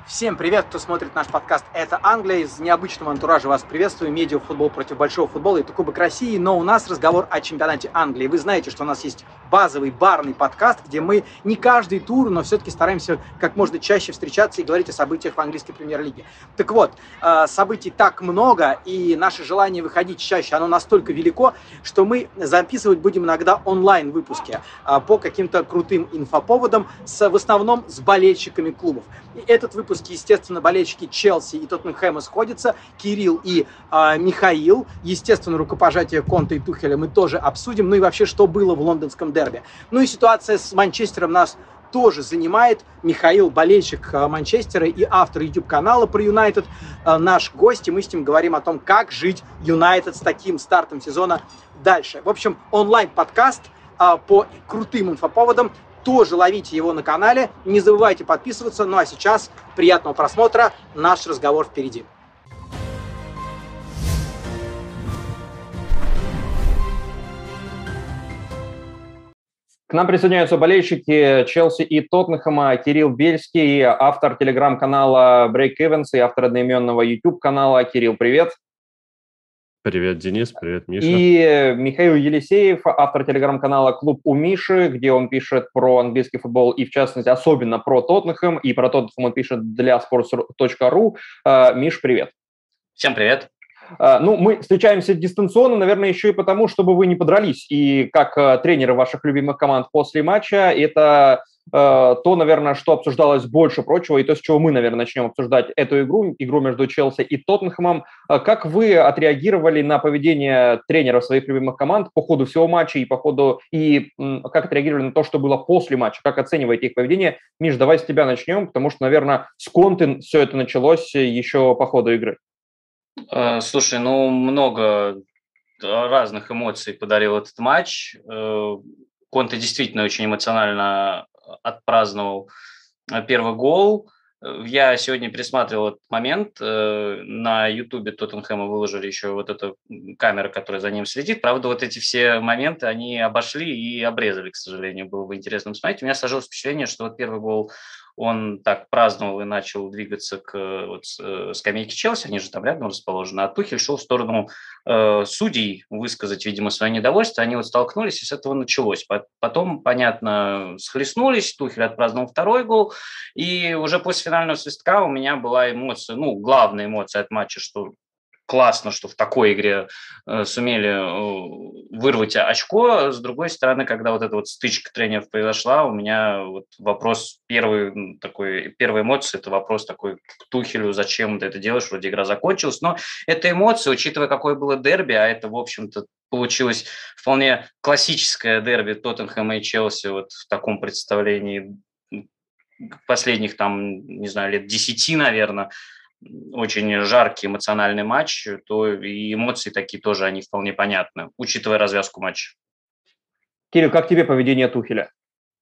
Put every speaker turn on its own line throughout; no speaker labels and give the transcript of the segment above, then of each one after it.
Всем привет, кто смотрит наш подкаст «Это Англия». Из необычного антуража вас приветствую. Медиафутбол против большого футбола. Это Кубок России, но у нас разговор о чемпионате Англии. Вы знаете, что у нас есть базовый барный подкаст, где мы не каждый тур, но все-таки стараемся как можно чаще встречаться и говорить о событиях в английской премьер-лиге. Так вот, событий так много, и наше желание выходить чаще, оно настолько велико, что мы записывать будем иногда онлайн-выпуски по каким-то крутым инфоповодам, в основном с болельщиками клубов. И этот выпуск, естественно, болельщики Челси и Тоттенхэма сходятся. Кирилл и Михаил. Естественно, рукопожатие Конте и Тухеля мы тоже обсудим. Ну и вообще, что было в лондонском дерби. Ну и ситуация с Манчестером нас тоже занимает. Михаил, болельщик Манчестера и автор YouTube-канала про Юнайтед, наш гость, и мы с ним говорим о том, как жить Юнайтед с таким стартом сезона дальше. В общем, онлайн-подкаст по крутым инфоповодам. Тоже ловите его на канале, не забывайте подписываться. Ну а сейчас приятного просмотра, наш разговор впереди.
К нам присоединяются болельщики Челси и Тоттенхэма. Кирилл Бельский, автор телеграм-канала Break Evans и автор одноименного YouTube-канала. Кирилл, привет.
Привет, Денис, привет, Миша.
И Михаил Елисеев, автор телеграм-канала «Клуб у Миши», где он пишет про английский футбол и, в частности, особенно про Тоттенхэм. И про Тоттенхэм он пишет для sports.ru. Миш, привет.
Всем привет.
Ну, мы встречаемся дистанционно, наверное, еще и потому, чтобы вы не подрались. И как тренеры ваших любимых команд после матча, это то, наверное, что обсуждалось больше прочего, и то, с чего мы, наверное, начнем обсуждать эту игру между Челси и Тоттенхэмом. Как вы отреагировали на поведение тренеров своих любимых команд по ходу всего матча и как отреагировали на то, что было после матча? Как оцениваете их поведение? Миш, давай с тебя начнем, потому что, наверное, с Конте все это началось еще по ходу игры.
Слушай, много разных эмоций подарил этот матч. Конте действительно очень эмоционально отпраздновал первый гол. Я сегодня пересматривал этот момент. На Ютубе Тоттенхэма выложили еще вот эту камеру, которая за ним следит. Правда, вот эти все моменты, они обошли и обрезали, к сожалению. Было бы интересно посмотреть. У меня сложилось впечатление, что вот первый гол он так праздновал и начал двигаться к скамейке Челси, они же там рядом расположены, а Тухель шел в сторону судей высказать, видимо, свое недовольство. Они вот столкнулись, и с этого началось. Потом, понятно, схлестнулись, Тухель отпраздновал второй гол, и уже после финального свистка у меня была эмоция, главная эмоция от матча, что классно, что в такой игре сумели вырвать очко. С другой стороны, когда вот эта вот стычка тренеров произошла, у меня вот вопрос первая эмоция, это вопрос такой к Тухелю, зачем ты это делаешь, вроде игра закончилась. Но эта эмоция, учитывая, какое было дерби, а это, в общем-то, получилось вполне классическое дерби Тоттенхэма и Челси вот в таком представлении последних, лет 10, наверное, очень жаркий эмоциональный матч, то и эмоции такие тоже, они вполне понятны, учитывая развязку матча.
Кирилл, как тебе поведение Тухеля?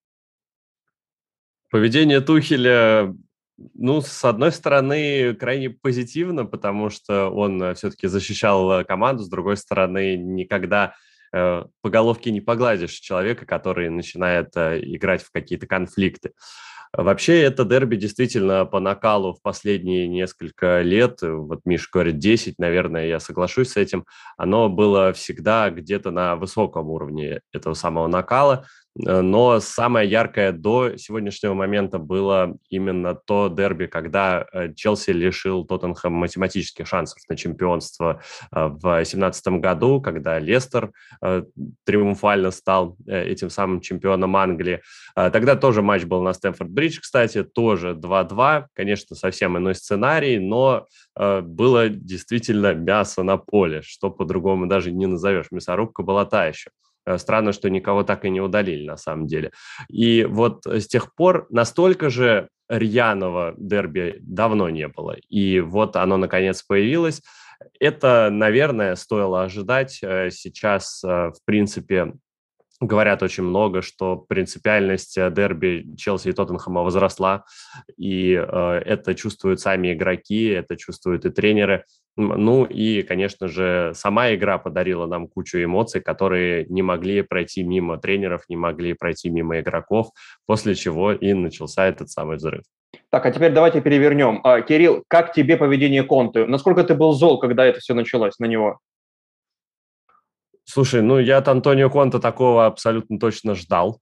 Поведение Тухеля, с одной стороны, крайне позитивно, потому что он все-таки защищал команду, с другой стороны, никогда по головке не погладишь человека, который начинает играть в какие-то конфликты. Вообще, это дерби действительно по накалу в последние несколько лет, вот Миша говорит 10, наверное, я соглашусь с этим, оно было всегда где-то на высоком уровне этого самого накала, но самое яркое до сегодняшнего момента было именно то дерби, когда Челси лишил Тоттенхэм математических шансов на чемпионство в 2017 году, когда Лестер триумфально стал этим самым чемпионом Англии. Тогда тоже матч был на Стэмфорд-Бридж, кстати, тоже 2-2, конечно, совсем иной сценарий, но было действительно мясо на поле, что по-другому даже не назовешь, мясорубка была та еще. Странно, что никого так и не удалили, на самом деле. И вот с тех пор настолько же рьяного дерби давно не было. И вот оно, наконец, появилось. Это, наверное, стоило ожидать. Сейчас, в принципе, говорят очень много, что принципиальность дерби Челси и Тоттенхэма возросла, и это чувствуют сами игроки, это чувствуют и тренеры. Ну и, конечно же, сама игра подарила нам кучу эмоций, которые не могли пройти мимо тренеров, не могли пройти мимо игроков, после чего и начался этот самый взрыв.
Так, а теперь давайте перевернем. Кирилл, как тебе поведение Конте? Насколько ты был зол, когда это все началось на него?
Слушай, ну я от Антонио Конте такого абсолютно точно ждал.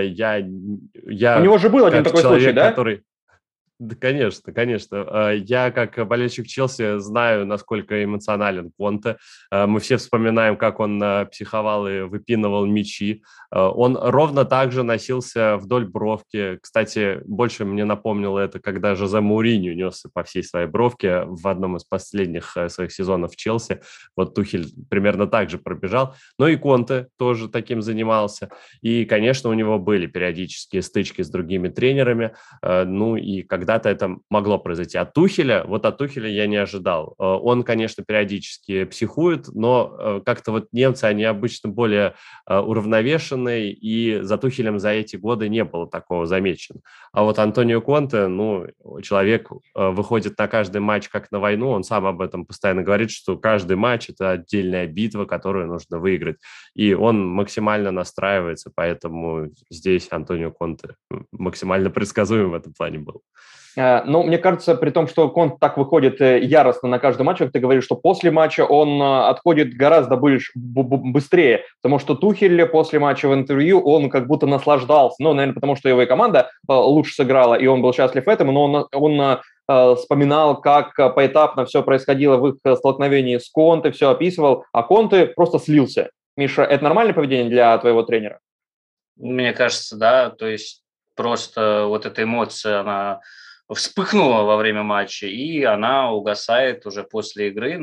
У
Я
него же был один
как
такой случай,
человек,
да?
который... Да, конечно, конечно. Я, как болельщик Челси, знаю, насколько эмоционален Конте. Мы все вспоминаем, как он психовал и выпинывал мячи. Он ровно так же носился вдоль бровки. Кстати, больше мне напомнило это, когда Жозе Мауриньо несся по всей своей бровке в одном из последних своих сезонов в Челси. Вот Тухель примерно так же пробежал. Но и Конте тоже таким занимался. И, конечно, у него были периодические стычки с другими тренерами. Ну и когда-то это могло произойти. От Тухеля я не ожидал. Он, конечно, периодически психует, но как-то вот немцы, они обычно более уравновешенные, и за Тухелем за эти годы не было такого замечено. А вот Антонио Конте, ну, человек выходит на каждый матч как на войну, он сам об этом постоянно говорит, что каждый матч – это отдельная битва, которую нужно выиграть. И он максимально настраивается, поэтому здесь Антонио Конте максимально предсказуем в этом плане был.
Ну, мне кажется, при том, что Конт так выходит яростно на каждый матч, как ты говоришь, что после матча он отходит гораздо быстрее, потому что Тухель после матча в интервью, он как будто наслаждался, ну, наверное, потому что его и команда лучше сыграла, и он был счастлив этому, но он вспоминал, как поэтапно все происходило в их столкновении с Конте, все описывал, а Конте просто слился. Миша, это нормальное поведение для твоего тренера?
Мне кажется, да, то есть просто вот эта эмоция, она вспыхнула во время матча, и она угасает уже после игры.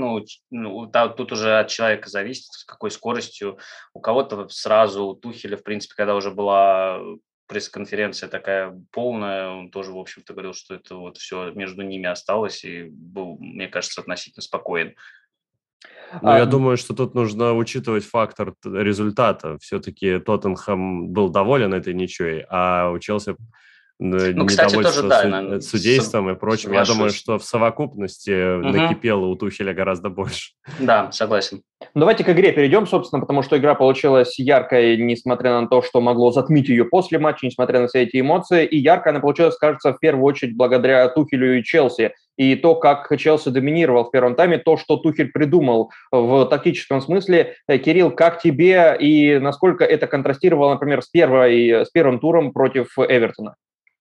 Тут уже от человека зависит, с какой скоростью. У кого-то сразу, у Тухеля, в принципе, когда уже была пресс-конференция такая полная, он тоже, в общем-то, говорил, что это вот все между ними осталось, и был, мне кажется, относительно спокоен.
Ну, я думаю, что тут нужно учитывать фактор результата. Все-таки Тоттенхэм был доволен этой ничьей, а у Челси
Ну, кстати, тоже,
недовольство
да, наверное,
судейством и прочим. Я думаю, что в совокупности
Мгм.
накипело у Тухеля гораздо больше.
Да, согласен.
Давайте к игре перейдем, собственно, потому что игра получилась яркой, несмотря на то, что могло затмить ее после матча, несмотря на все эти эмоции. И ярко она получилась, кажется, в первую очередь благодаря Тухелю и Челси. И то, как Челси доминировал в первом тайме, то, что Тухель придумал в тактическом смысле. Кирилл, как тебе и насколько это контрастировало, например, с первым туром против Эвертона?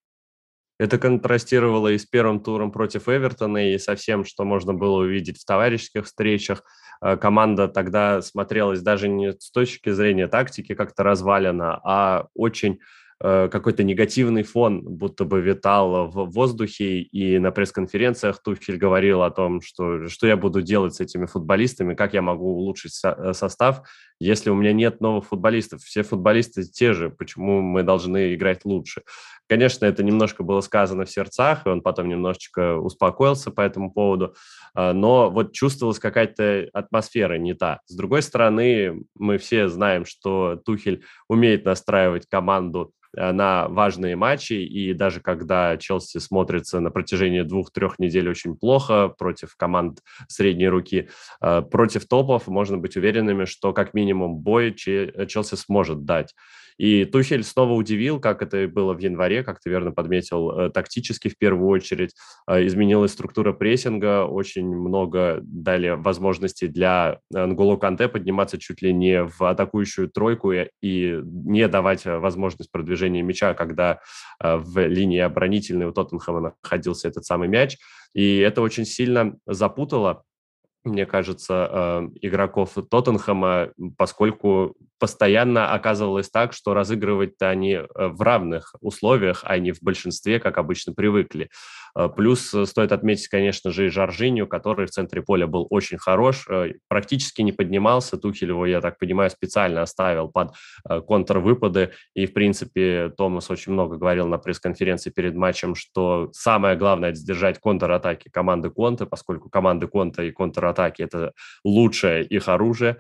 Это контрастировало и с первым туром против Эвертона, и со всем, что можно было увидеть в товарищеских встречах. Команда тогда смотрелась даже не с точки зрения тактики как-то развалена, а очень какой-то негативный фон будто бы витал в воздухе, и на пресс-конференциях Тухель говорил о том, что я буду делать с этими футболистами, как я могу улучшить состав, если у меня нет новых футболистов. Все футболисты те же, почему мы должны играть лучше? Конечно, это немножко было сказано в сердцах, и он потом немножечко успокоился по этому поводу, но вот чувствовалась какая-то атмосфера не та. С другой стороны, мы все знаем, что Тухель умеет настраивать команду на важные матчи, и даже когда Челси смотрится на протяжении 2-3 недель очень плохо против команд средней руки, против топов можно быть уверенными, что как минимум бой Челси сможет дать. И Тухель снова удивил, как это было в январе, как ты верно подметил, тактически в первую очередь. Изменилась структура прессинга, очень много дали возможностей для Нголо Канте подниматься чуть ли не в атакующую тройку и не давать возможность продвижения мяча, когда в линии оборонительной у Тоттенхэма находился этот самый мяч. И это очень сильно запутало, мне кажется, игроков Тоттенхэма, поскольку постоянно оказывалось так, что разыгрывать-то они в равных условиях, а не в большинстве, как обычно привыкли. Плюс стоит отметить, конечно же, и Жоржинью, который в центре поля был очень хорош, практически не поднимался. Тухель его, я так понимаю, специально оставил под контрвыпады. И, в принципе, Томас очень много говорил на пресс-конференции перед матчем, что самое главное – это сдержать контратаки команды Конте, поскольку команды Конте и контратаки – это лучшее их оружие.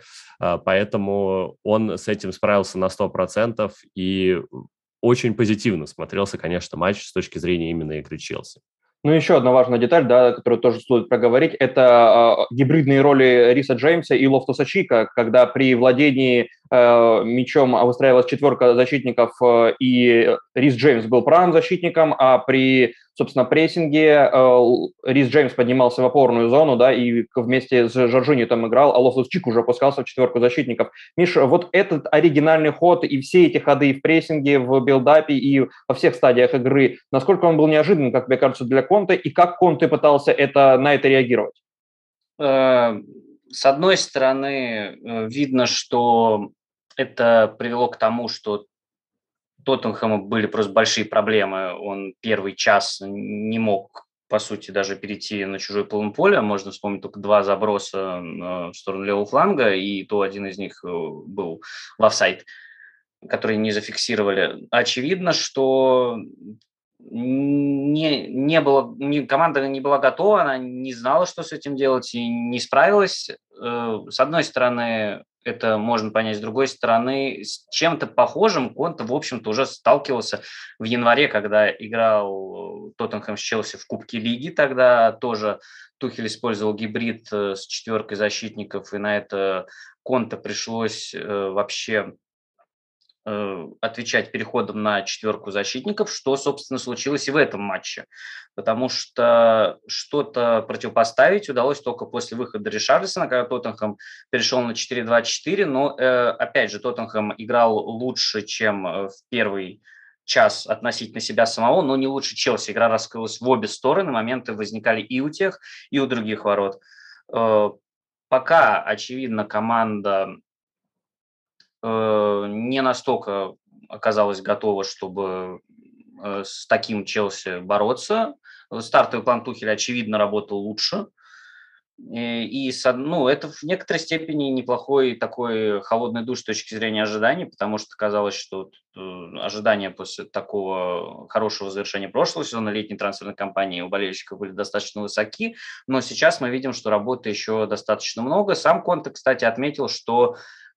Поэтому он с этим справился на 100%, и очень позитивно смотрелся, конечно, матч с точки зрения именно игры Челси.
Ну, еще одна важная деталь, да, которую тоже стоит проговорить, это гибридные роли Риса Джеймса и Лофтуса Чика, когда при владении мячом выстраивалась четверка защитников и Рис Джеймс был правым защитником, а при, собственно, прессинге Рис Джеймс поднимался в опорную зону, да, и вместе с Жоржиньо там играл, а Лофтус-Чик уже опускался в четверку защитников. Миш, вот этот оригинальный ход и все эти ходы в прессинге, в билдапе и во всех стадиях игры, насколько он был неожиданным, как мне кажется, для Конте, и как Конте пытался на это реагировать?
С одной стороны, видно, что это привело к тому, что Тоттенхэму были просто большие проблемы. Он первый час не мог, по сути, даже перейти на чужое поле. Можно вспомнить только 2 заброса в сторону левого фланга, и то один из них был в офсайд, который не зафиксировали. Очевидно, что команда не была готова, она не знала, что с этим делать, и не справилась. С одной стороны, это можно понять, с другой стороны, с чем-то похожим Конте, в общем-то, уже сталкивался в январе, когда играл Тоттенхэм с Челси в Кубке Лиги, тогда тоже Тухель использовал гибрид с 4 защитников, и на это Конте пришлось вообще отвечать переходом на 4 защитников, что, собственно, случилось и в этом матче. Потому что что-то противопоставить удалось только после выхода Ришарлисона, когда Тоттенхэм перешел на 4-2-4. Но, опять же, Тоттенхэм играл лучше, чем в первый час относительно себя самого, но не лучше Челси. Игра раскрылась в обе стороны, моменты возникали и у тех, и у других ворот. Пока, очевидно, команда не настолько оказалась готова, чтобы с таким Челси бороться. Стартовый план Тухеля, очевидно, работал лучше. Это в некоторой степени неплохой такой холодный душ с точки зрения ожиданий, потому что казалось, что ожидания после такого хорошего завершения прошлого сезона летней трансферной кампании у болельщиков были достаточно высоки, но сейчас мы видим, что работы еще достаточно много. Сам Конте, кстати, отметил, что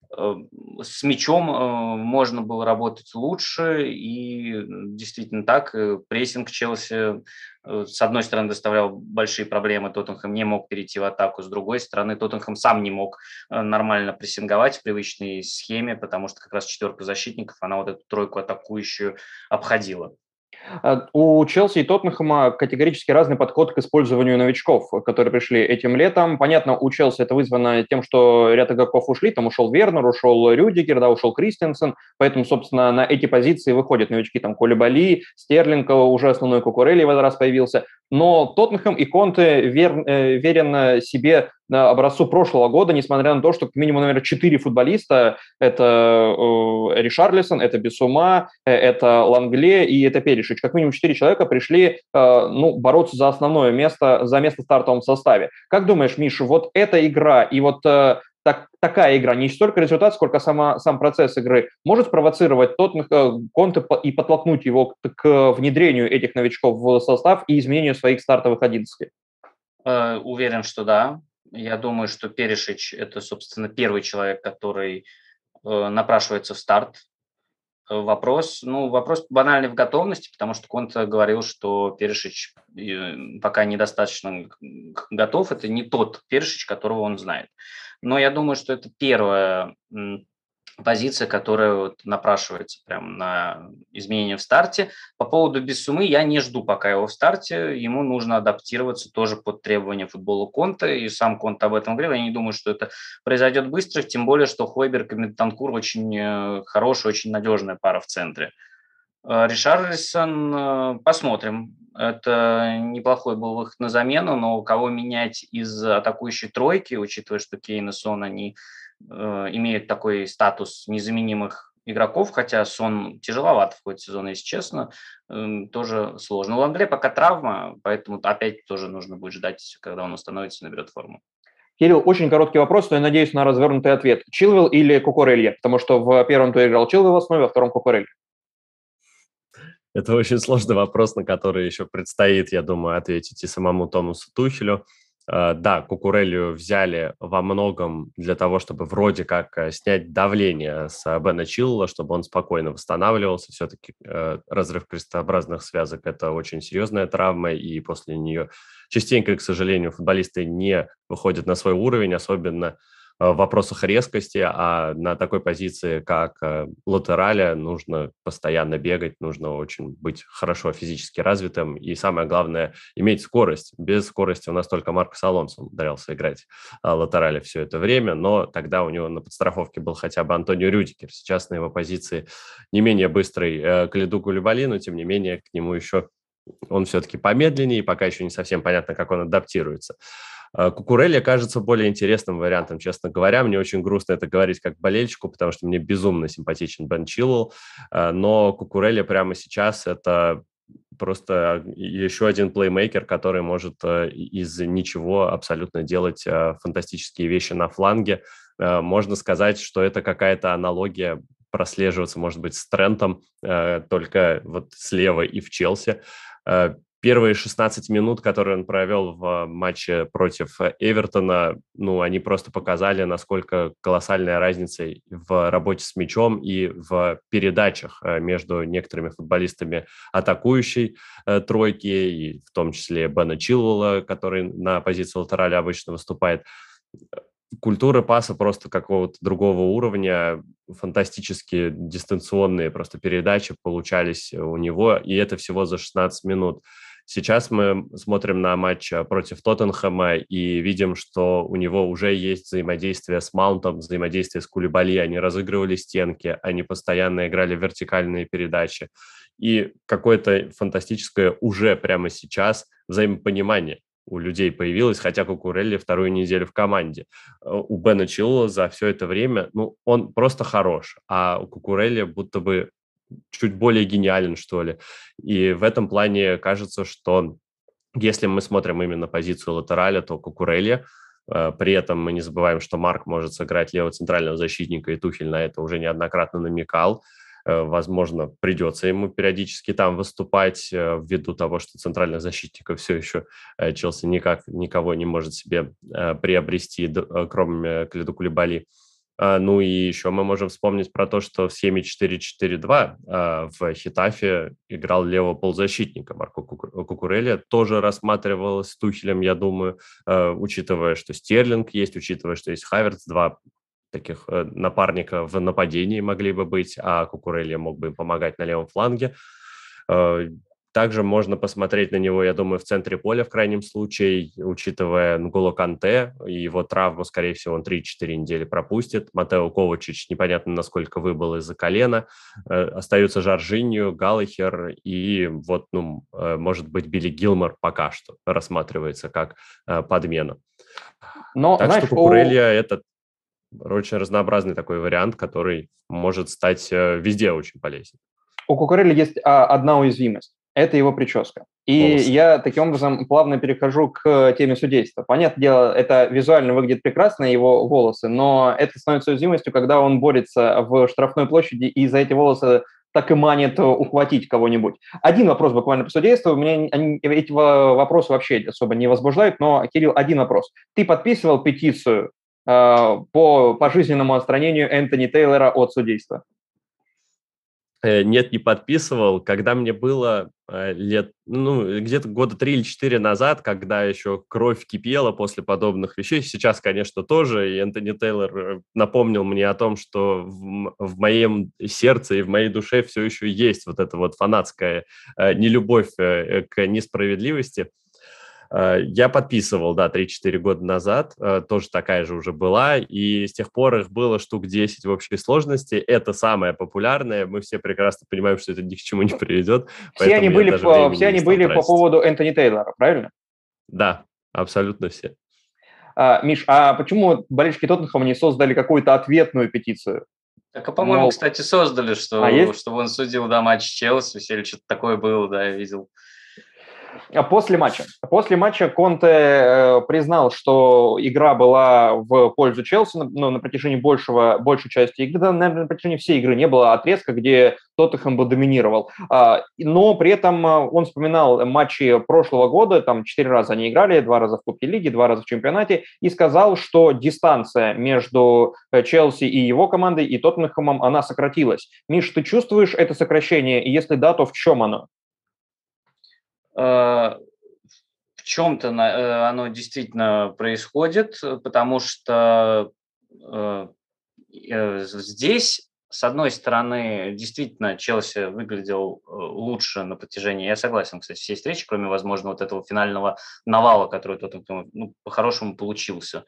с мячом можно было работать лучше, и действительно так. Прессинг Челси, с одной стороны, доставлял большие проблемы, Тоттенхэм не мог перейти в атаку, с другой стороны, Тоттенхэм сам не мог нормально прессинговать в привычной схеме, потому что как раз 4 защитников, она вот эту тройку атакующую обходила.
У Челси и Тоттенхэма категорически разный подход к использованию новичков, которые пришли этим летом. Понятно, у Челси это вызвано тем, что ряд игроков ушли, там ушел Вернер, ушел Рюдигер, да, ушел Кристенсен, поэтому, собственно, на эти позиции выходят новички, там, Кулибали, Стерлинг, уже основной Кукурелли в этот раз появился. Но Тоттенхэм и Конте верен себе на образцу прошлого года, несмотря на то, что как минимум, наверное, 4 футболиста, это Ришарлисон, это Бисума, это Лангле и это Перишич. Как минимум 4 человека пришли бороться за основное место, за место в стартовом составе. Как думаешь, Миша, вот эта игра и вот такая игра, не столько результат, сколько сам процесс игры, может спровоцировать Конте и подтолкнуть его к внедрению этих новичков в состав и изменению своих стартовых 11?
Уверен, что да. Я думаю, что Перишич – это, собственно, первый человек, который напрашивается в старт. Вопрос банальный в готовности, потому что Конте говорил, что Перишич пока недостаточно готов. Это не тот Перишич, которого он знает. Но я думаю, что это первая позиция, которая напрашивается прямо на изменение в старте. По поводу Бисумы я не жду пока его в старте. Ему нужно адаптироваться тоже под требования футбола Конте. И сам Конте об этом говорил. Я не думаю, что это произойдет быстро. Тем более, что Хойберг и Бентанкур очень хорошая, очень надежная пара в центре. Ришарлисон, посмотрим. Это неплохой был выход на замену, но кого менять из атакующей тройки, учитывая, что Кейн и Сон, они имеют такой статус незаменимых игроков, хотя Сон тяжеловат в ходе сезона, если честно, тоже сложно. У Лангле пока травма, поэтому опять тоже нужно будет ждать, когда он установится и наберет форму.
Кирилл, очень короткий вопрос, но я надеюсь на развернутый ответ. Чилвелл или Кукурелья? Потому что в первом туре играл Чилвелл в основе, во втором Кукурелья.
Это очень сложный вопрос, на который еще предстоит, я думаю, ответить и самому Томасу Тухелю. Да, Кукурелью взяли во многом для того, чтобы вроде как снять давление с Бена Чилвелла, чтобы он спокойно восстанавливался. Все-таки разрыв крестообразных связок – это очень серьезная травма, и после нее частенько, к сожалению, футболисты не выходят на свой уровень, особенно в вопросах резкости, а на такой позиции, как латераля, нужно постоянно бегать, нужно очень быть хорошо физически развитым, и самое главное, иметь скорость. Без скорости у нас только Маркос Алонсо умудрялся играть латерали все это время, но тогда у него на подстраховке был хотя бы Антонио Рюдигер. Сейчас на его позиции не менее быстрый Калиду Кулибали, но тем не менее к нему еще он все-таки помедленнее, и пока еще не совсем понятно, как он адаптируется. Кукурелли кажется более интересным вариантом, честно говоря. Мне очень грустно это говорить как болельщику, потому что мне безумно симпатичен Бен Чилуэлл, но Кукурелли прямо сейчас это просто еще один плеймейкер, который может из ничего абсолютно делать фантастические вещи на фланге. Можно сказать, что это какая-то аналогия прослеживаться, может быть, с Трентом, только вот слева и в Челси. Первые 16 минут, которые он провел в матче против Эвертона, ну, они просто показали, насколько колоссальная разница в работе с мячом и в передачах между некоторыми футболистами атакующей тройки, и в том числе Бена Чилуэлла, который на позиции латераля обычно выступает. Культура паса просто какого-то другого уровня, фантастически дистанционные просто передачи получались у него, и это всего за 16 минут. Сейчас мы смотрим на матч против Тоттенхэма и видим, что у него уже есть взаимодействие с Маунтом, взаимодействие с Кулибали, они разыгрывали стенки, они постоянно играли вертикальные передачи, и какое-то фантастическое уже прямо сейчас взаимопонимание у людей появилось, хотя Кукурелли вторую неделю в команде. У Бена Чилуэлла за все это время, ну, он просто хорош, а у Кукурелли будто бы чуть более гениален, что ли. И в этом плане кажется, что если мы смотрим именно позицию латераля, то Кукурелли. При этом мы не забываем, что Марк может сыграть левого центрального защитника, и Тухель на это уже неоднократно намекал. Возможно, придется ему периодически там выступать ввиду того, что центральных защитников все еще Челси никого не может себе приобрести, кроме Калиду Кулибали. Ну и еще мы можем вспомнить про то, что в схеме 4-4-2 в Хетафе играл левого полузащитника Марко Кукурелли. Тоже рассматривалось с Тухелем, я думаю, учитывая, что Стерлинг есть, учитывая, что есть Хавертц, два таких напарника в нападении могли бы быть, а Кукурелли мог бы им помогать на левом фланге. Также можно посмотреть на него, я думаю, в центре поля в крайнем случае, учитывая Нголо Канте и его травму, скорее всего, он 3-4 недели пропустит. Матео Ковачич непонятно, насколько выбыл из-за колена. Остаются Жоржиньо, Галлахер и вот, ну, может быть, Билли Гилмор пока что рассматривается как подмена. Но, так знаешь, что Кукурелли это очень разнообразный такой вариант, который может стать везде очень полезен.
У Кукурелли есть одна уязвимость. Это его прическа. И волосы. Я таким образом плавно перехожу к теме судейства. Понятное дело, это визуально выглядит прекрасно, его волосы, но это становится уязвимостью, когда он борется в штрафной площади и за эти волосы так и манит ухватить кого-нибудь. Один вопрос буквально по судейству. Меня эти вопросы вообще особо не возбуждают, но, Кирилл, один вопрос. Ты подписывал петицию по пожизненному отстранению Энтони Тейлора от судейства?
Нет, не подписывал. Когда мне было лет, ну, где-то года 3 или 4 назад, когда еще кровь кипела после подобных вещей, сейчас, конечно, тоже, и Энтони Тейлор напомнил мне о том, что в моем сердце и в моей душе все еще есть вот эта вот фанатская нелюбовь к несправедливости. Я подписывал, да, 3-4 года назад, тоже такая же уже была, и с тех пор их было штук 10 в общей сложности. Это самое популярное, мы все прекрасно понимаем, что это ни к чему не приведет.
Все они были по поводу Энтони Тейлора, правильно?
Да, абсолютно все.
Миш, а почему болельщики Тоттенхэма не создали какую-то ответную петицию?
Так, по-моему, кстати, создали, чтобы он судил, да, матч Челси, или что-то такое было, да, я видел.
После матча Конте признал, что игра была в пользу Челси, но на протяжении большей части игры, да, наверное, на протяжении всей игры не было отрезка, где Тоттенхэм бы доминировал. Но при этом он вспоминал матчи прошлого года, там 4 раза они играли, 2 раза в Кубке Лиги, 2 раза в чемпионате, и сказал, что дистанция между Челси и его командой и Тоттенхэмом, она сократилась. Миш, ты чувствуешь это сокращение, и если да, то в чем оно?
В чем-то оно действительно происходит, потому что здесь, с одной стороны, действительно, Челси выглядел лучше на протяжении, я согласен, кстати, всей встречи, кроме, возможно, вот этого финального навала, который Тоттенхэм, по-хорошему получился.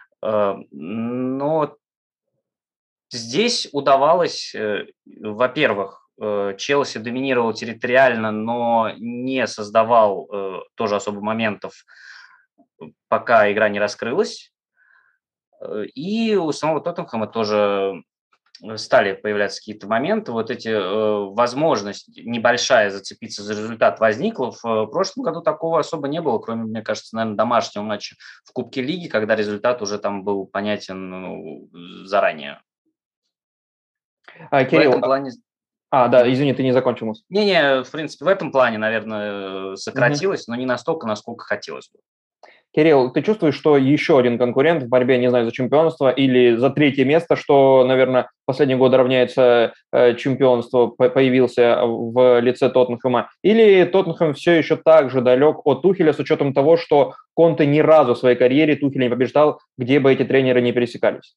Но здесь удавалось, во-первых, Челси доминировал территориально, но не создавал тоже особо моментов, пока игра не раскрылась. И у самого Тоттенхэма тоже стали появляться какие-то моменты. Вот эти возможность небольшая зацепиться за результат возникла. В прошлом году такого особо не было, кроме, мне кажется, наверное, домашнего матча в Кубке Лиги, когда результат уже там был понятен заранее.
Кирилл,
в этом плане...
да, извини, ты не закончил мысль.
Не, в принципе, в этом плане, наверное, сократилось, но не настолько, насколько хотелось бы.
Кирилл, ты чувствуешь, что еще один конкурент в борьбе, не знаю, за чемпионство или за третье место, что, наверное, в последние годы равняется чемпионству, появился в лице Тоттенхэма? Или Тоттенхэм все еще так же далек от Тухеля, с учетом того, что Конте ни разу в своей карьере Тухеля не побеждал, где бы эти тренеры не пересекались?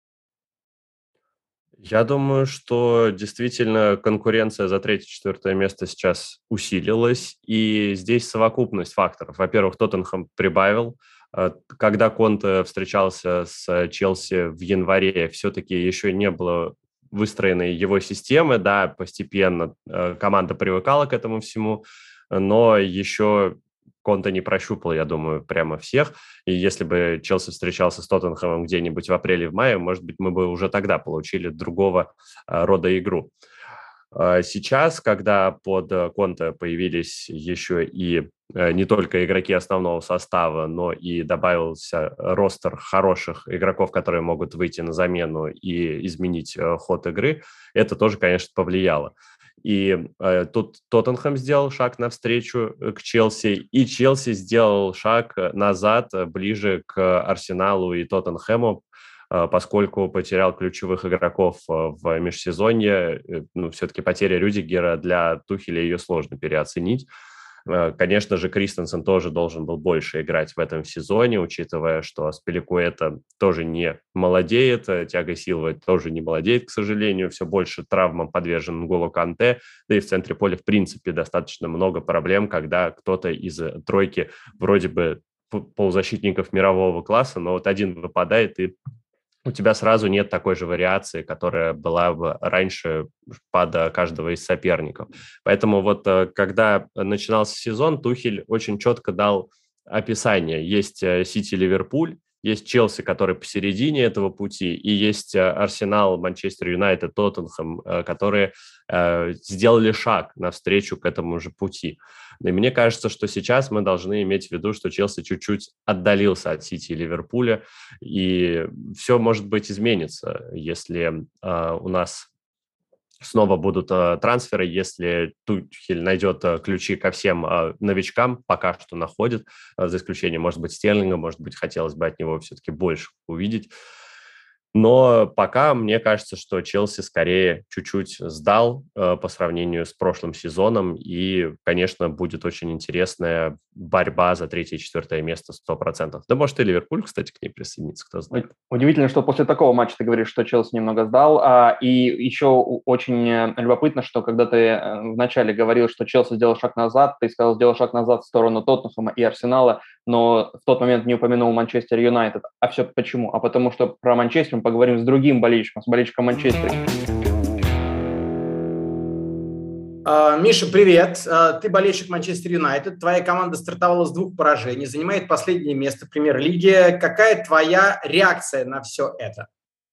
Я думаю, что действительно конкуренция за третье-четвертое место сейчас усилилась, и здесь совокупность факторов. Во-первых, Тоттенхэм прибавил. Когда Конте встречался с Челси в январе, все-таки еще не было выстроенной его системы, да, постепенно команда привыкала к этому всему, но еще Конте не прощупал, я думаю, прямо всех. И если бы Челси встречался с Тоттенхэмом где-нибудь в апреле-мае, может быть, мы бы уже тогда получили другого рода игру. Сейчас, когда под Конте появились еще и не только игроки основного состава, но и добавился ростер хороших игроков, которые могут выйти на замену и изменить ход игры, это тоже, конечно, повлияло. И тут Тоттенхэм сделал шаг навстречу к Челси, и Челси сделал шаг назад, ближе к Арсеналу и Тоттенхэму, поскольку потерял ключевых игроков в межсезонье. Все-таки потеря Рюдигера для Тухеля ее сложно переоценить. Конечно же, Кристенсен тоже должен был больше играть в этом сезоне, учитывая, что Аспиликуэта тоже не молодеет, Тиаго Силва тоже не молодеет, к сожалению, все больше травмам подвержен N'Голо Канте, да и в центре поля, в принципе, достаточно много проблем, когда кто-то из тройки вроде бы полузащитников мирового класса, но вот один выпадает, и у тебя сразу нет такой же вариации, которая была бы раньше под каждого из соперников. Поэтому вот когда начинался сезон, Тухель очень четко дал описание. Есть Сити-Ливерпуль, есть Челси, который посередине этого пути, и есть Арсенал, Манчестер Юнайтед, Тоттенхэм, которые сделали шаг навстречу к этому же пути. И мне кажется, что сейчас мы должны иметь в виду, что Челси чуть-чуть отдалился от Сити и Ливерпуля, и все, может быть, изменится, если у нас снова будут трансферы, если Тухель найдет ключи ко всем новичкам, пока что находит, за исключением, может быть, Стерлинга, может быть, хотелось бы от него все-таки больше увидеть. Но пока мне кажется, что Челси скорее чуть-чуть сдал по сравнению с прошлым сезоном, и, конечно, будет очень интересная борьба за третье и четвертое место 100%. Да, может, и Ливерпуль, кстати, к ней присоединится, кто знает.
Удивительно, что после такого матча ты говоришь, что Челси немного сдал, и еще очень любопытно, что когда ты вначале говорил, что Челси сделал шаг назад, ты сказал, сделал шаг назад в сторону Тоттенхэма и Арсенала, но в тот момент не упомянул Манчестер Юнайтед. А все почему? А потому что про Манчестер мы поговорим с другим болельщиком, с болельщиком Манчестера.
Миша, привет. Ты болельщик Манчестер Юнайтед. Твоя команда стартовала с 2 поражений, занимает последнее место в Премьер-лиге. Какая твоя реакция на все это?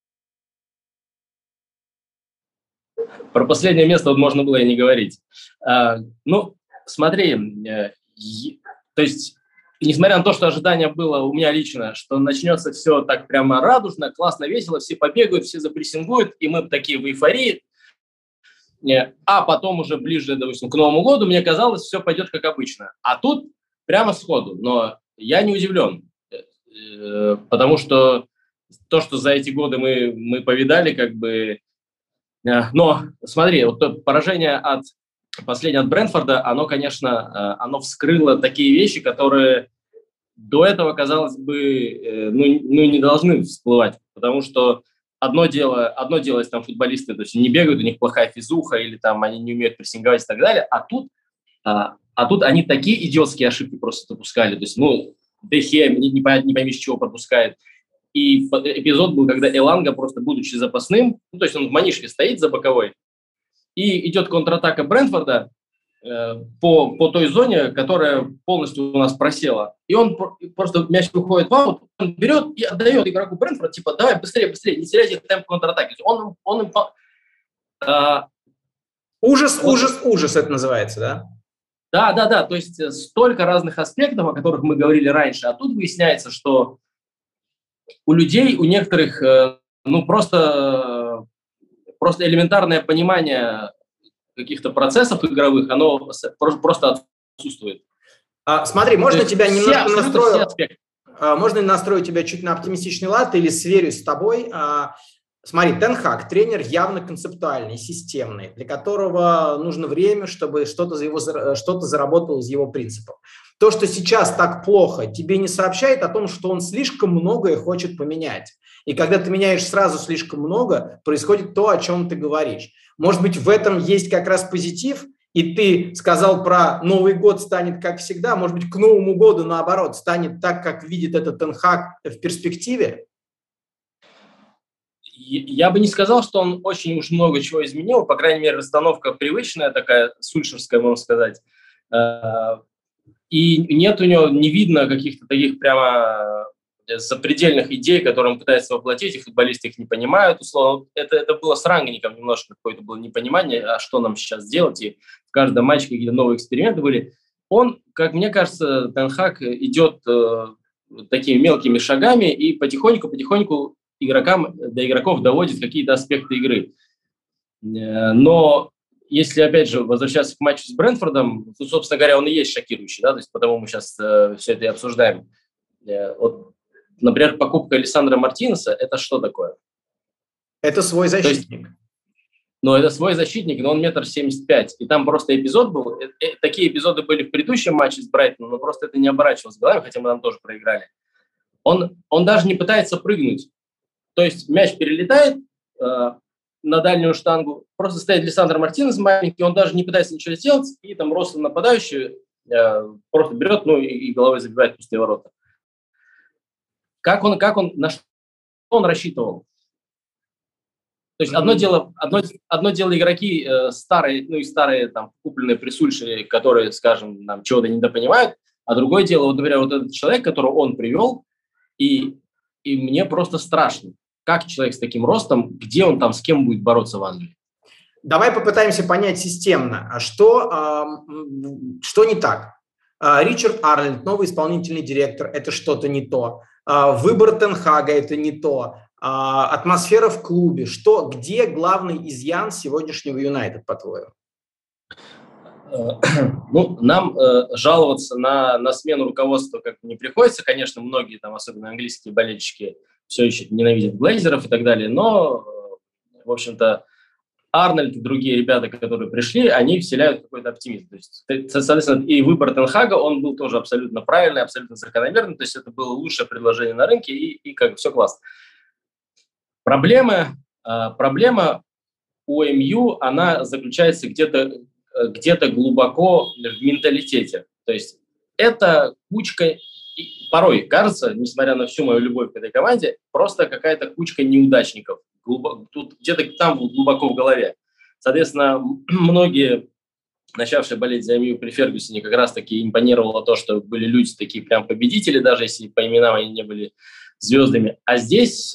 Про последнее место вот можно было и не говорить. Смотри, то есть, несмотря на то, что ожидание было у меня лично, что начнется все так прямо радужно, классно, весело, все побегают, все запрессингуют, и мы такие в эйфории, а потом уже ближе, допустим, к Новому году мне казалось, все пойдет как обычно. А тут прямо сходу. Но я не удивлен, потому что то, что за эти годы мы повидали, как бы... Но смотри, вот то поражение последнее от Брентфорда, оно, конечно, оно вскрыло такие вещи, которые до этого, казалось бы, не должны всплывать, потому что одно дело, если там футболисты, то есть не бегают, у них плохая физуха, или там они не умеют прессинговать и так далее, а тут они такие идиотские ошибки просто допускали, то есть, Де Хеа не пойми, с чего пропускает. И эпизод был, когда Эланга, просто будучи запасным, то есть он в манишке стоит за боковой, и идет контратака Брентфорда по той зоне, которая полностью у нас просела. И он просто, мяч выходит в аут, он берет и отдает игроку Брентфорда, типа, давай быстрее, не теряйте темп контратаки. Он им...
Ужас это называется, да?
Да, то есть столько разных аспектов, о которых мы говорили раньше, а тут выясняется, что у людей, у некоторых, просто элементарное понимание каких-то процессов игровых, оно просто отсутствует.
Смотри, можно тебя немножко
настроить?
Можно настроить тебя чуть на оптимистичный лад или сверюсь с тобой? Смотри, Тен Хаг, тренер явно концептуальный, системный, для которого нужно время, чтобы что-то заработало из его принципов. То, что сейчас так плохо, тебе не сообщает о том, что он слишком многое хочет поменять. И когда ты меняешь сразу слишком много, происходит то, о чем ты говоришь. Может быть, в этом есть как раз позитив, и ты сказал про Новый год станет как всегда, может быть, к Новому году, наоборот, станет так, как видит этот Тен Хаг в перспективе?
Я бы не сказал, что он очень уж много чего изменил, по крайней мере, расстановка привычная такая, сульшерская, можно сказать. И нет у него, не видно каких-то таких прямо запредельных идей, которые он пытается воплотить, и футболисты их не понимают, условно. Это было с Рангником немножко, какое-то было непонимание, а что нам сейчас делать, и в каждом матче какие-то новые эксперименты были. Он, как мне кажется, Тен Хаг идет такими мелкими шагами и потихоньку до игроков доводит какие-то аспекты игры. Но если, опять же, возвращаться к матчу с Брентфордом, то, собственно говоря, он и есть шокирующий, да, то есть потому мы сейчас все это и обсуждаем. Вот, например, покупка Лисандро Мартинеса – это что такое?
Это свой защитник.
Это свой защитник, но он 1,75 м. И там просто эпизод был, такие эпизоды были в предыдущем матче с Брайтоном, но просто это не оборачивалось головой, хотя мы там тоже проиграли. Он даже не пытается прыгнуть. То есть мяч перелетает на дальнюю штангу, просто стоит Лисандро Мартинес маленький, он даже не пытается ничего сделать, и там рослый нападающий просто берет, и головой забивает пустые ворота. На что он рассчитывал? То есть одно дело игроки старые там купленные при Сульшере, которые, скажем, нам чего-то недопонимают, а другое дело, например, вот этот человек, которого он привел, и мне просто страшно. Как человек с таким ростом, где он там, с кем будет бороться в Англии?
Давай попытаемся понять системно, что не так. Ричард Арнольд, новый исполнительный директор, это что-то не то. Выбор Тен Хага – это не то. Атмосфера в клубе. Где главный изъян сегодняшнего Юнайтед, по-твоему?
Нам жаловаться на смену руководства как не приходится. Конечно, многие, там, особенно английские болельщики, все еще ненавидят Глейзеров и так далее, но, в общем-то, Арнольд и другие ребята, которые пришли, они вселяют какой-то оптимизм. То есть, соответственно, и выбор Тен Хага, он был тоже абсолютно правильный, абсолютно закономерный, то есть это было лучшее предложение на рынке, и как все классно. Проблема у МЮ, она заключается где-то глубоко в менталитете. То есть это кучка, порой кажется, несмотря на всю мою любовь к этой команде, просто какая-то кучка неудачников. Тут где-то там глубоко в голове. Соответственно, многие, начавшие болеть за МЮ при Фергюсоне, как раз-таки импонировало то, что были люди такие прям победители, даже если по именам они не были звездами. А здесь...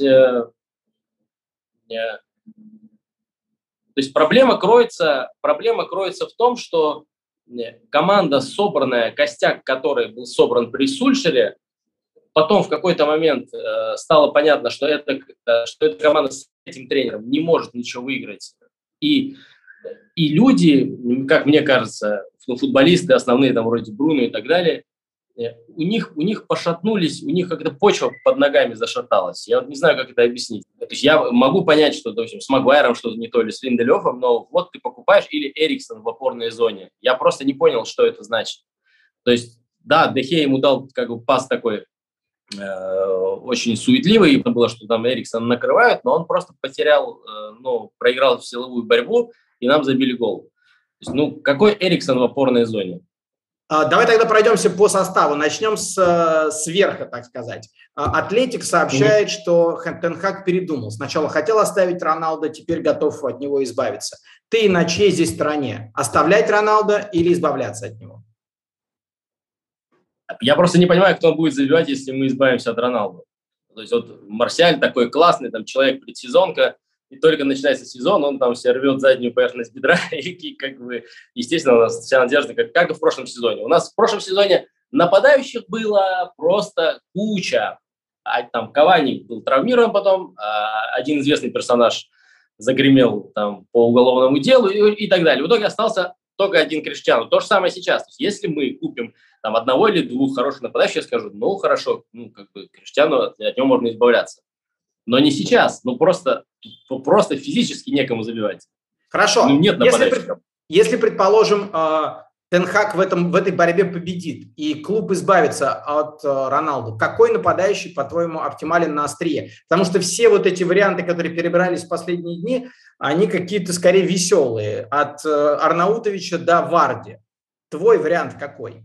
То есть проблема кроется в том, что команда, собранная, костяк которой был собран при Сульшере, потом в какой-то момент стало понятно, что эта команда с этим тренером не может ничего выиграть. И люди, как мне кажется, футболисты основные, там вроде Бруно и так далее, у них пошатнулись, у них как-то почва под ногами зашаталась. Я вот не знаю, как это объяснить. То есть я могу понять, что, допустим, с Магуайром что-то не то, или с Линделёфом, но вот ты покупаешь, или Эриксон в опорной зоне. Я просто не понял, что это значит. То есть Да, Де Геа ему дал как бы пас такой очень суетливый, и было, что там Эриксон накрывает, но он просто потерял, проиграл в силовую борьбу, и нам забили гол. То есть, какой Эриксон в опорной зоне?
Давай тогда пройдемся по составу. Начнем с верха, так сказать. Атлетик сообщает, что Тен Хаг передумал. Сначала хотел оставить Роналдо, теперь готов от него избавиться. Ты на чьей здесь стороне? Оставлять Роналдо или избавляться от него?
Я просто не понимаю, кто он будет забивать, если мы избавимся от Роналдо. То есть вот Марсиаль такой классный, там человек предсезонка, и только начинается сезон, он там все рвет заднюю поверхность бедра, и как бы, естественно, у нас вся надежда, как и в прошлом сезоне. У нас в прошлом сезоне нападающих было просто куча. Там Кавани был травмирован потом, один известный персонаж загремел там по уголовному делу и так далее. В итоге остался только один Криштиану. То же самое сейчас. То есть, если мы купим там одного или двух хороших нападающих, я скажу, хорошо, Криштиану, от него можно избавляться. Но не сейчас, просто физически некому забивать.
Хорошо.
Нет нападающих.
Если предположим, Тен Хаг в этой борьбе победит, и клуб избавится от Роналду, какой нападающий, по-твоему, оптимален на острие? Потому что все вот эти варианты, которые перебирались в последние дни, они какие-то скорее веселые. От Арнаутовича до Варди. Твой вариант какой?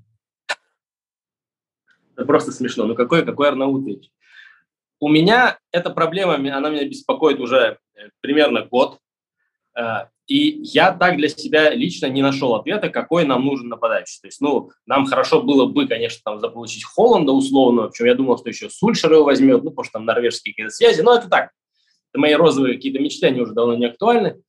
Это просто смешно. Какой Арнаутович? У меня эта проблема, она меня беспокоит уже примерно год. И я так для себя лично не нашел ответа, какой нам нужен нападающий. То есть, нам хорошо было бы, конечно, там заполучить Холланда условно, причем я думал, что еще Сульшер его возьмет, потому что там норвежские какие-то связи, но это так. Это мои розовые какие-то мечты, они уже давно не актуальны.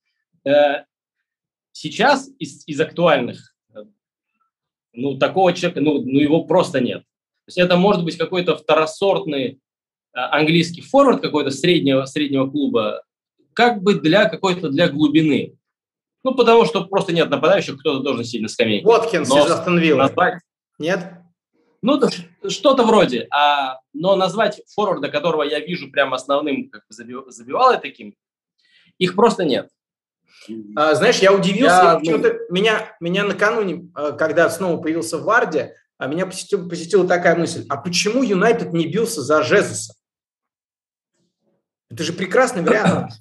Сейчас из актуальных, такого человека, его просто нет. То есть это может быть какой-то второсортный английский форвард какой-то среднего клуба, как бы для глубины. Потому что просто нет нападающих, кто-то должен сидеть на скамейке.
Воткинс из Астон Виллы. Нет?
Что-то вроде. Но назвать форварда, которого я вижу прям основным, как бы забивалой таким, их просто нет.
Знаешь, я удивился. Меня накануне, когда снова появился в Варде, меня посетила такая мысль. А почему Юнайтед не бился за Жезуса? Это же прекрасный вариант.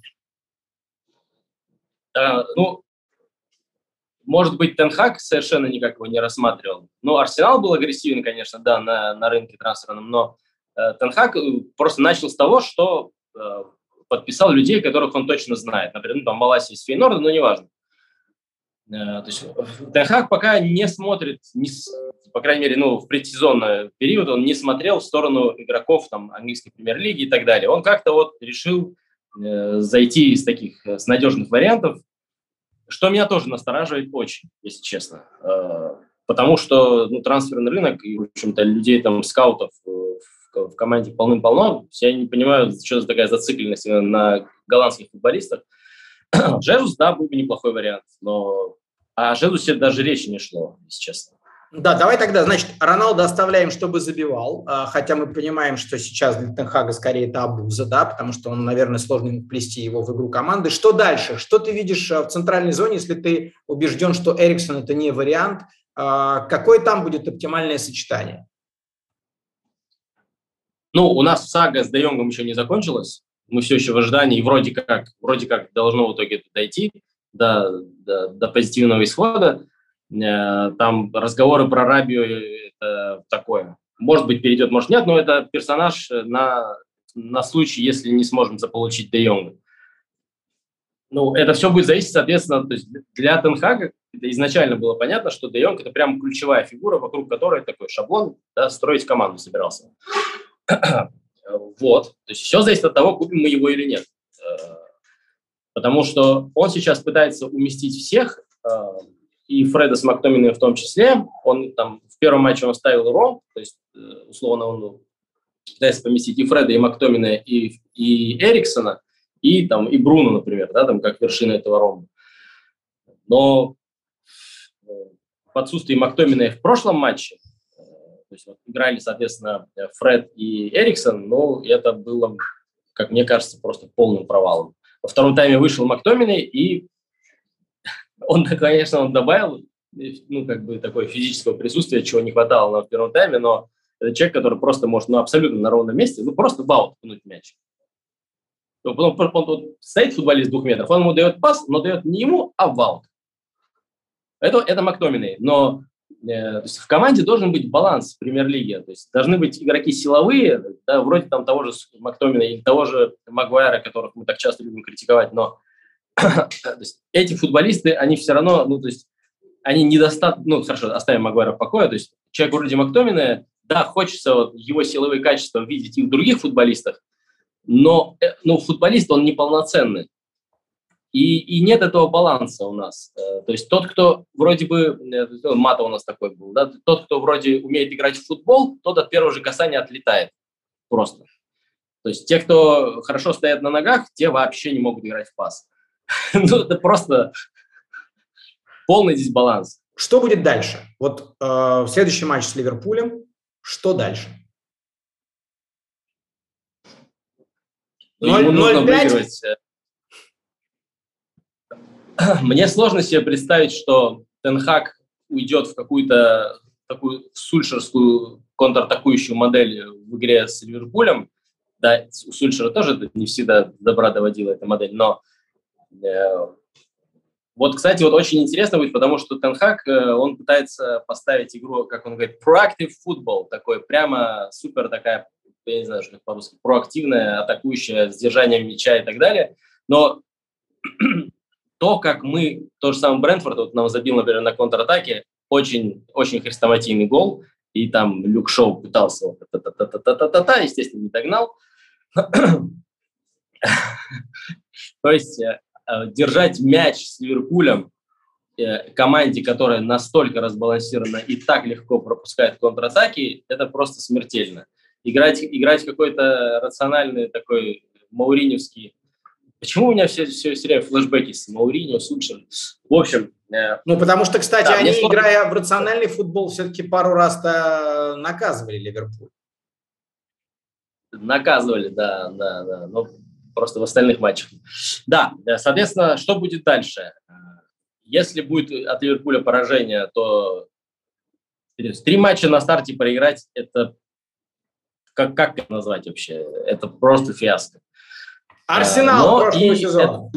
Может быть, Тен Хаг совершенно никак его не рассматривал. Арсенал был агрессивен, конечно, да, на рынке трансферном, но Тен Хаг просто начал с того, что подписал людей, которых он точно знает. Например, там Маласи из Фейнорда, но неважно. То есть Тен Хаг пока не смотрит, по крайней мере, в предсезонный период он не смотрел в сторону игроков там, английской премьер-лиги и так далее. Он как-то решил зайти с надежных вариантов, что меня тоже настораживает очень, если честно. Потому что трансферный рынок и, в общем-то, людей, там, скаутов в команде полным-полно. Я не понимаю, что за такая зацикленность на голландских футболистах. Жезус, да, был бы неплохой вариант, но о Жезусе даже речи не шло, если честно.
Да, давай тогда, значит, Роналдо оставляем, чтобы забивал, хотя мы понимаем, что сейчас для Тен Хага скорее это абуза, да, потому что он, наверное, сложно ему вплести его в игру команды. Что дальше? Что ты видишь в центральной зоне, если ты убежден, что Эриксон – это не вариант? Какое там будет оптимальное сочетание?
У нас сага с Де Йонгом еще не закончилась. Мы все еще в ожидании, и вроде как должно в итоге дойти до позитивного исхода. Там разговоры про Рабию – это такое. Может быть, перейдет, может нет, но это персонаж на случай, если не сможем заполучить Де Йонга. Это все будет зависеть, соответственно, то есть для Тен Хага это изначально было понятно, что Де Йонг – это прям ключевая фигура, вокруг которой такой шаблон, да, строить команду собирался. Вот. То есть все зависит от того, купим мы его или нет. Потому что он сейчас пытается уместить всех, и Фреда с Мактоминой в том числе. Он там в первом матче он ставил ром, то есть условно он пытается поместить и Фреда, и Мактомина, и Эриксона, и Бруно, например, да, там как вершина этого рома. Но в отсутствии Мактомина в прошлом матче, то есть играли, соответственно, Фред и Эриксон, но это было, как мне кажется, просто полным провалом. Во втором тайме вышел Мактоминой, и он, конечно, добавил ну, как бы такое физического присутствия, чего не хватало нам в первом тайме, но это человек, который просто может, ну, абсолютно на ровном месте, ну, просто в аут пнуть мяч. Он стоит футболист 2 метров, он ему дает пас, но дает не ему, а в аут. Это Мактоминей. Но то есть в команде должен быть баланс в премьер-лиге. То есть должны быть игроки силовые, да, вроде там того же Мактоминей или того же Магуайра, которых мы так часто любим критиковать, но то есть эти футболисты, они все равно, ну, то есть они недостаточно, ну, хорошо, оставим Магуайра в покое, то есть человек вроде Мактоминея, да, хочется вот его силовые качества видеть и в других футболистах, но футболист, он неполноценный. И нет этого баланса у нас. То есть тот, кто вроде бы, Мата у нас такой был, да, тот, кто вроде умеет играть в футбол, тот от первого же касания отлетает просто. То есть те, кто хорошо стоят на ногах, те вообще не могут играть в пас. Ну, это просто полный дисбаланс.
Что будет дальше? Вот следующий матч с Ливерпулем. Что дальше?
Ему нужно выигрывать. Мне сложно себе представить, что Тен Хаг уйдет в какую-то такую сульшерскую контратакующую модель в игре с Ливерпулем. Да, у Сульшера тоже не всегда добра доводила эта модель, но вот, кстати, вот очень интересно будет, потому что Тен Хаг, он пытается поставить игру, как он говорит, proactive football, такой прямо супер такая, я не знаю, что это по-русски, проактивная, атакующая, с держанием мяча и так далее, но то, как мы, то же самое Брентфорд, вот нам забил, например, на контратаке, очень, очень хрестоматийный гол, и там Люк Шоу пытался, естественно, не догнал. То есть держать мяч с Ливерпулем команде, которая настолько разбалансирована и так легко пропускает контратаки, это просто смертельно. Играть какой-то рациональный такой мауриневский. Почему у меня все время флешбеки с Мауриньо, Сульшер? В общем...
Ну, потому что, кстати,
да,
они, играя в рациональный футбол, все-таки пару раз-то наказывали Ливерпуль.
Наказывали, да. Но просто в остальных матчах. Да, соответственно, что будет дальше? Если будет от Ливерпуля поражение, то 3 матча на старте проиграть, это... Как это назвать вообще? Это просто фиаско.
Арсенал прошлого сезона.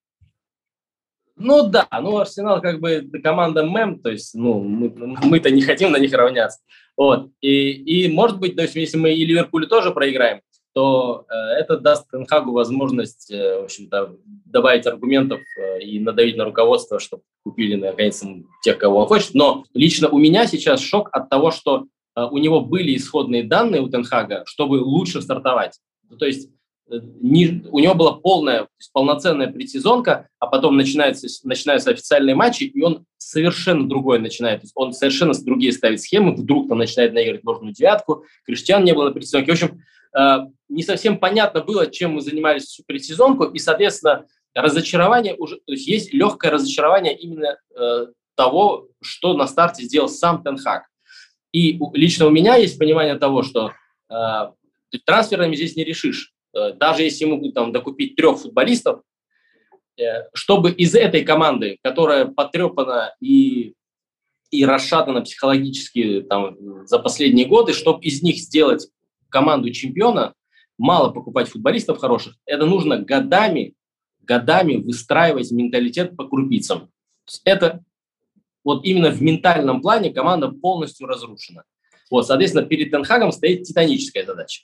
Ну да, Арсенал как бы команда мем, то есть мы-то не хотим на них равняться. Вот. И может быть, то есть, если мы и Ливерпулю тоже проиграем, то это даст Тен Хагу возможность, в общем-то, добавить аргументов и надавить на руководство, чтобы купили, наконец, тех, кого он хочет. Но лично у меня сейчас шок от того, что у него были исходные данные у Тен Хага, чтобы лучше стартовать. То есть у него была полноценная предсезонка, а потом начинаются официальные матчи, и он совершенно другой начинает. То есть он совершенно другие ставит схемы, вдруг там начинает наигрывать ложную девятку, Криштиан не было на предсезонке. В общем, не совсем понятно было, чем мы занимались всю предсезонку, и, соответственно, разочарование уже, то есть есть легкое разочарование именно того, что на старте сделал сам Тен Хаг. И лично у меня есть понимание того, что трансферами здесь не решишь. Даже если ему там докупить 3 футболистов, чтобы из этой команды, которая потрепана и расшатана психологически там, за последние годы, чтобы из них сделать команду чемпиона, мало покупать футболистов хороших, это нужно годами выстраивать менталитет по крупицам. Это вот именно в ментальном плане команда полностью разрушена. Вот, соответственно, перед Тен Хагом стоит титаническая задача.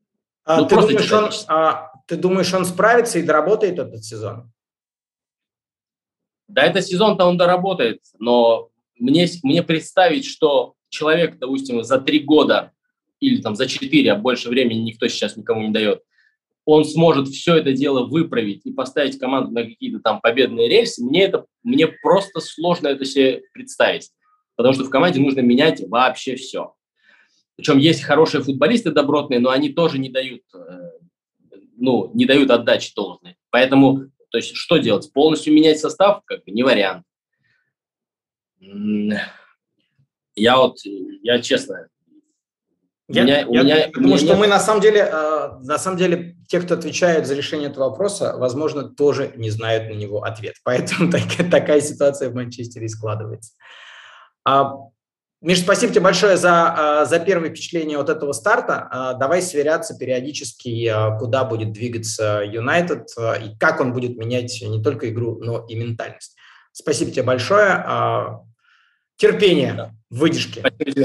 Ты думаешь, он справится и доработает этот сезон?
Да, этот сезон-то он доработает, но мне представить, что человек, допустим, за 3 года или там за 4, а больше времени никто сейчас никому не дает, он сможет все это дело выправить и поставить команду на какие-то там победные рельсы, мне просто сложно это себе представить, потому что в команде нужно менять вообще все. Причем есть хорошие футболисты добротные, но они тоже не дают отдачи должной. Поэтому, то есть, что делать? Полностью менять состав? Как бы не вариант. Я честно...
Потому что мы на самом деле, те, кто отвечают за решение этого вопроса, возможно, тоже не знают на него ответ. Поэтому такая ситуация в Манчестере и складывается. Миш, спасибо тебе большое за первое впечатление от этого старта. Давай сверяться периодически, куда будет двигаться Юнайтед и как он будет менять не только игру, но и ментальность. Спасибо тебе большое. Терпения, выдержки.
Спасибо.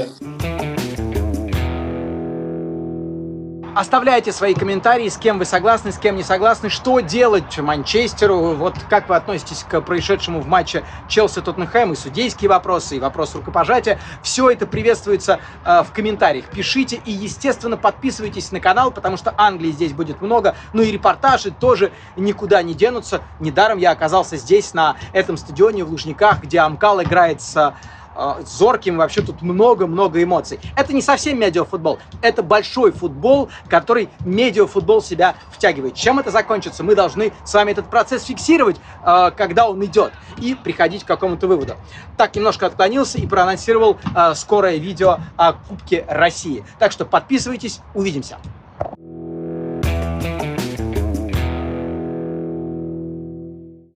Оставляйте свои комментарии, с кем вы согласны, с кем не согласны, что делать Манчестеру, вот как вы относитесь к происшедшему в матче Челси-Тоттенхэм, и судейские вопросы, и вопрос рукопожатия. Все это приветствуется в комментариях. Пишите и, естественно, подписывайтесь на канал, потому что Англии здесь будет много, ну и репортажи тоже никуда не денутся. Недаром я оказался здесь, на этом стадионе в Лужниках, где Амкал играет с Зорким, вообще тут много-много эмоций. Это не совсем медиафутбол, это большой футбол, который медиафутбол себя втягивает. Чем это закончится, мы должны с вами этот процесс фиксировать, когда он идет, и приходить к какому-то выводу. Так, немножко отклонился и проанонсировал скорое видео о Кубке России. Так что подписывайтесь, увидимся.